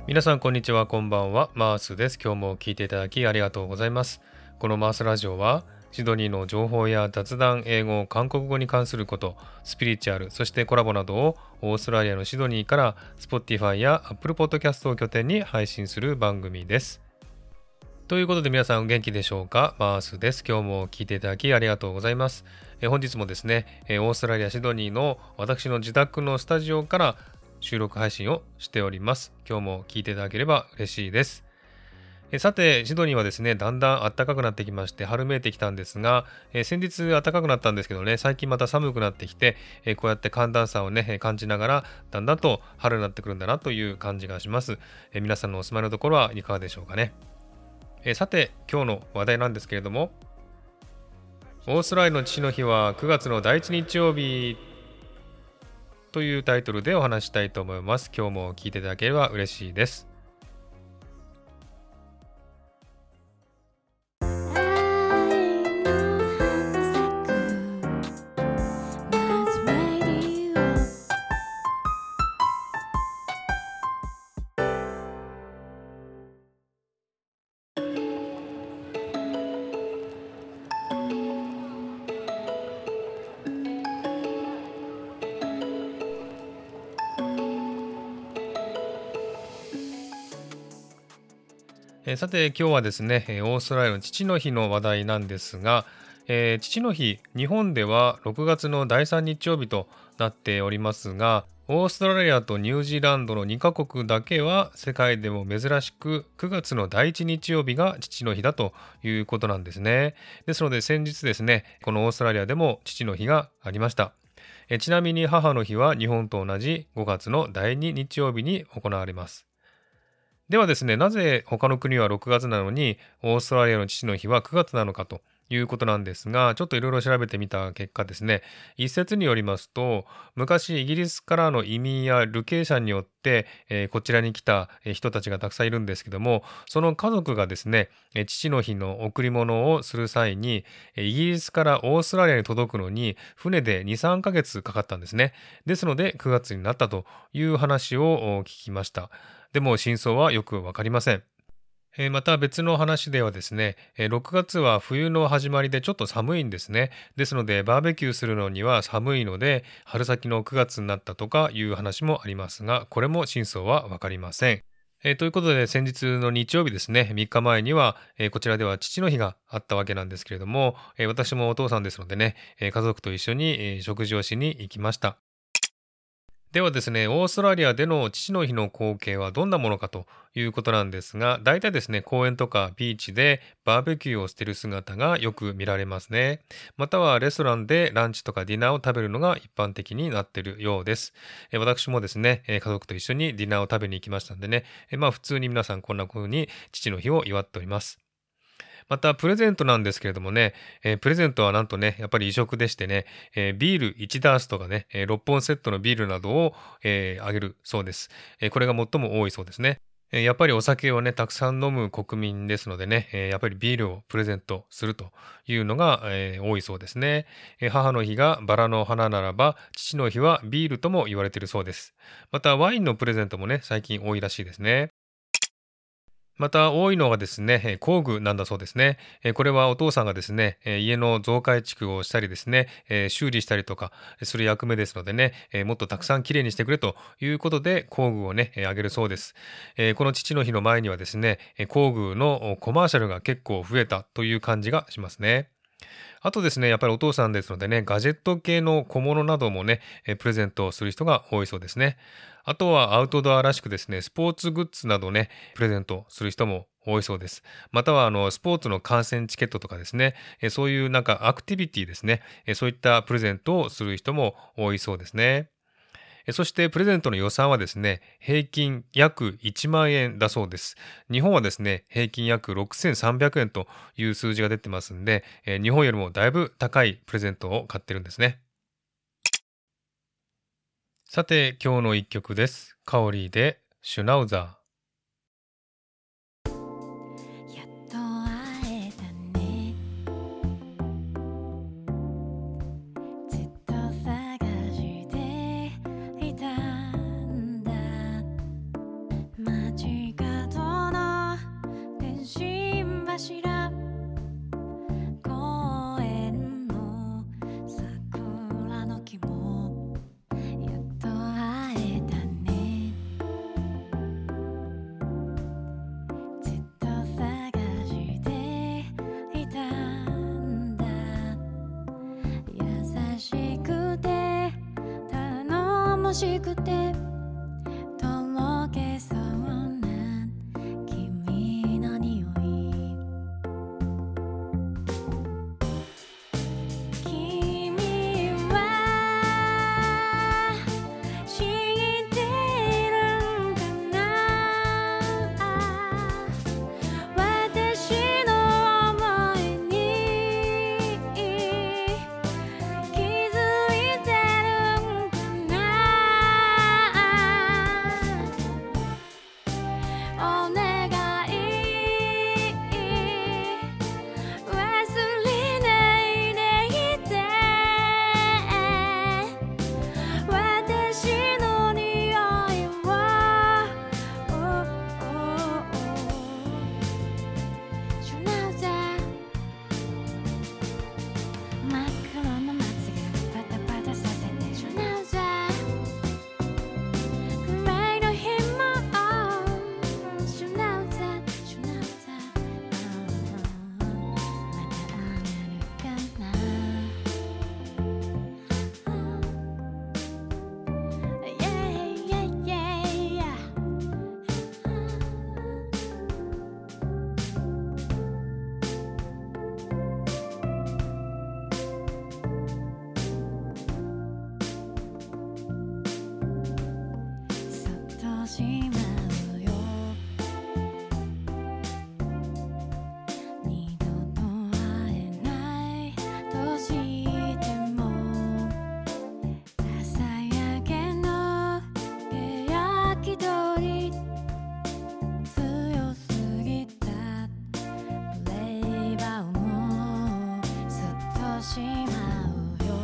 皆さんこんにちは、こんばんは。マースです。今日も聞いていただきありがとうございます。このマースラジオはシドニーの情報や雑談、英語、韓国語に関すること、スピリチュアル、そしてコラボなどをオーストラリアのシドニーから Spotify や Apple Podcast を拠点に配信する番組です。ということで皆さんお元気でしょうか。マースです。今日も聞いていただきありがとうございます。本日もですね、オーストラリアシドニーの私の自宅のスタジオから収録配信をしております。今日も聞いていただければ嬉しいです。さて、シドニーはですね、だんだん暖かくなってきまして、春めいてきたんですが、先日暖かくなったんですけどね、最近また寒くなってきて、こうやって寒暖差をね、感じながら、だんだんと春になってくるんだなという感じがします。皆さんのお住まいのところはいかがでしょうかね。さて、今日の話題なんですけれども、オーストラリアの父の日は9月の第1日曜日というタイトルでお話したいと思います。今日も聞いていただければ嬉しいです。さて今日はですね、オーストラリアの父の日の話題なんですが、父の日、日本では6月の第3日曜日となっておりますが、オーストラリアとニュージーランドの2カ国だけは世界でも珍しく9月の第1日曜日が父の日だということなんですね。ですので先日ですね、このオーストラリアでも父の日がありました。ちなみに母の日は日本と同じ5月の第2日曜日に行われます。ではですね、なぜ他の国は6月なのに、オーストラリアの父の日は9月なのかということなんですが、ちょっといろいろ調べてみた結果ですね、一説によりますと、昔イギリスからの移民や流刑者によって、こちらに来た人たちがたくさんいるんですけども、その家族がですね、父の日の贈り物をする際に、イギリスからオーストラリアに届くのに、船で2、3ヶ月かかったんですね。ですので、9月になったという話を聞きました。でも真相はよくわかりません。また別の話ではですね、6月は冬の始まりでちょっと寒いんですね。ですのでバーベキューするのには寒いので春先の9月になったとかいう話もありますが、これも真相はわかりません。ということで先日の日曜日ですね、3日前には、こちらでは父の日があったわけなんですけれども、私もお父さんですのでね、家族と一緒に、食事をしに行きました。ではですね、オーストラリアでの父の日の光景はどんなものかということなんですが、大体ですね、公園とかビーチでバーベキューをしている姿がよく見られますね。またはレストランでランチとかディナーを食べるのが一般的になっているようです。私もですね、家族と一緒にディナーを食べに行きましたんでね、まあ普通に皆さんこんな風に父の日を祝っております。また、プレゼントなんですけれどもね、プレゼントはなんとね、やっぱり異色でしてね、ビール1ダースとかね、6本セットのビールなどを、あげるそうです。これが最も多いそうですね。やっぱりお酒をね、たくさん飲む国民ですのでね、やっぱりビールをプレゼントするというのが、多いそうですね。母の日がバラの花ならば、父の日はビールとも言われているそうです。また、ワインのプレゼントもね、最近多いらしいですね。また多いのがですね、工具なんだそうですね。これはお父さんがですね、家の増改築をしたりですね、修理したりとかする役目ですのでね、もっとたくさんきれいにしてくれということで工具をね、あげるそうです。この父の日の前にはですね、工具のコマーシャルが結構増えたという感じがしますね。あとですね、やっぱりお父さんですのでね、ガジェット系の小物などもね、プレゼントをする人が多いそうですね。あとはアウトドアらしくですね、スポーツグッズなどね、プレゼントする人も多いそうです。またはスポーツの観戦チケットとかですね、そういうなんかアクティビティですね、そういったプレゼントをする人も多いそうですね。そしてプレゼントの予算はですね、平均約1万円だそうです。日本はですね、平均約6300円という数字が出てますんで、日本よりもだいぶ高いプレゼントを買ってるんですね。さて、今日の一曲です。カオリーでシュナウザー。 やっと会えたね。ずっと探していたんだ。街しら公園の桜の木もやっと会えたね。ずっと探していたんだ。優しくて頼もしくてとろけそうな君の匂い。君は知ってるんかな。私の想いに気づいてるんかな。お願い忘れないでいて。私の匂いをシュナウザー。真っ黒のまつげをパタパタさせてシュナウザー。暗いの日もシュナウザーシュナウザー。また会えるかな。そっとしまうよ。二度と会えないとしても朝焼けの欅通り強すぎたプレイバーもそっとしまうよ。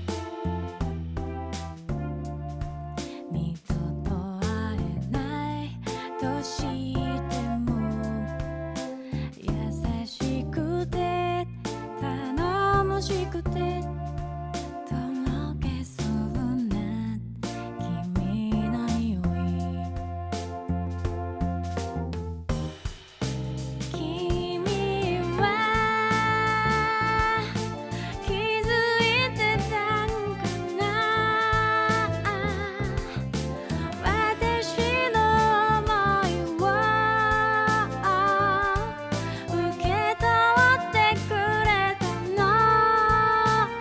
二度と会えないとしても優しくて頼もしくてとろけそうな君の匂い。君は気づいてたんかな。私の想いを受け取ってくれたの。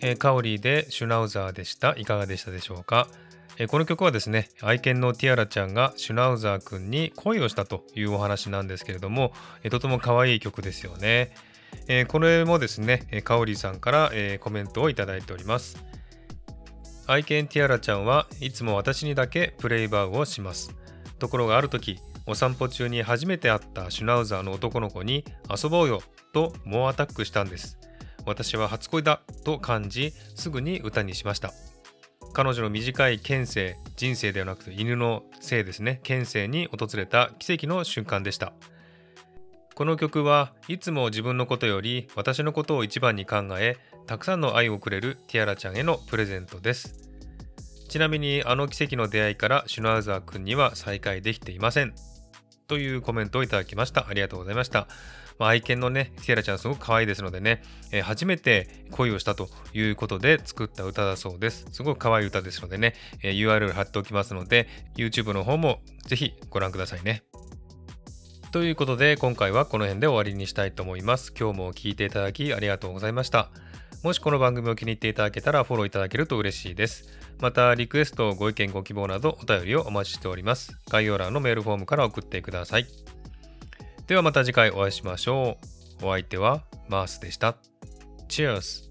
カオリーでシュナウザーでした。いかがでしたでしょうか。この曲はですね、愛犬のティアラちゃんがシュナウザーくんに恋をしたというお話なんですけれども、とても可愛い曲ですよね。これもですね、カオリーさんから、コメントをいただいております。愛犬ティアラちゃんはいつも私にだけプレイバウをします。ところがある時、お散歩中に初めて会ったシュナウザーの男の子に遊ぼうよと猛アタックしたんです。私は初恋だと感じ、すぐに歌にしました。彼女の短い犬生、人生ではなくて犬の生ですね、犬生に訪れた奇跡の瞬間でした。この曲はいつも自分のことより私のことを一番に考え、たくさんの愛をくれるティアラちゃんへのプレゼントです。ちなみにあの奇跡の出会いからシュナウザーくんには再会できていません。というコメントをいただきました。ありがとうございました。愛犬のね、ティアラちゃんすごく可愛いですのでね、初めて恋をしたということで作った歌だそうです。すごく可愛い歌ですのでね、URL 貼っておきますので、YouTube の方もぜひご覧くださいね。ということで、今回はこの辺で終わりにしたいと思います。今日も聞いていただきありがとうございました。もしこの番組を気に入っていただけたらフォローいただけると嬉しいです。また、リクエスト、ご意見、ご希望などお便りをお待ちしております。概要欄のメールフォームから送ってください。ではまた次回お会いしましょう。お相手はマースでした。Cheers!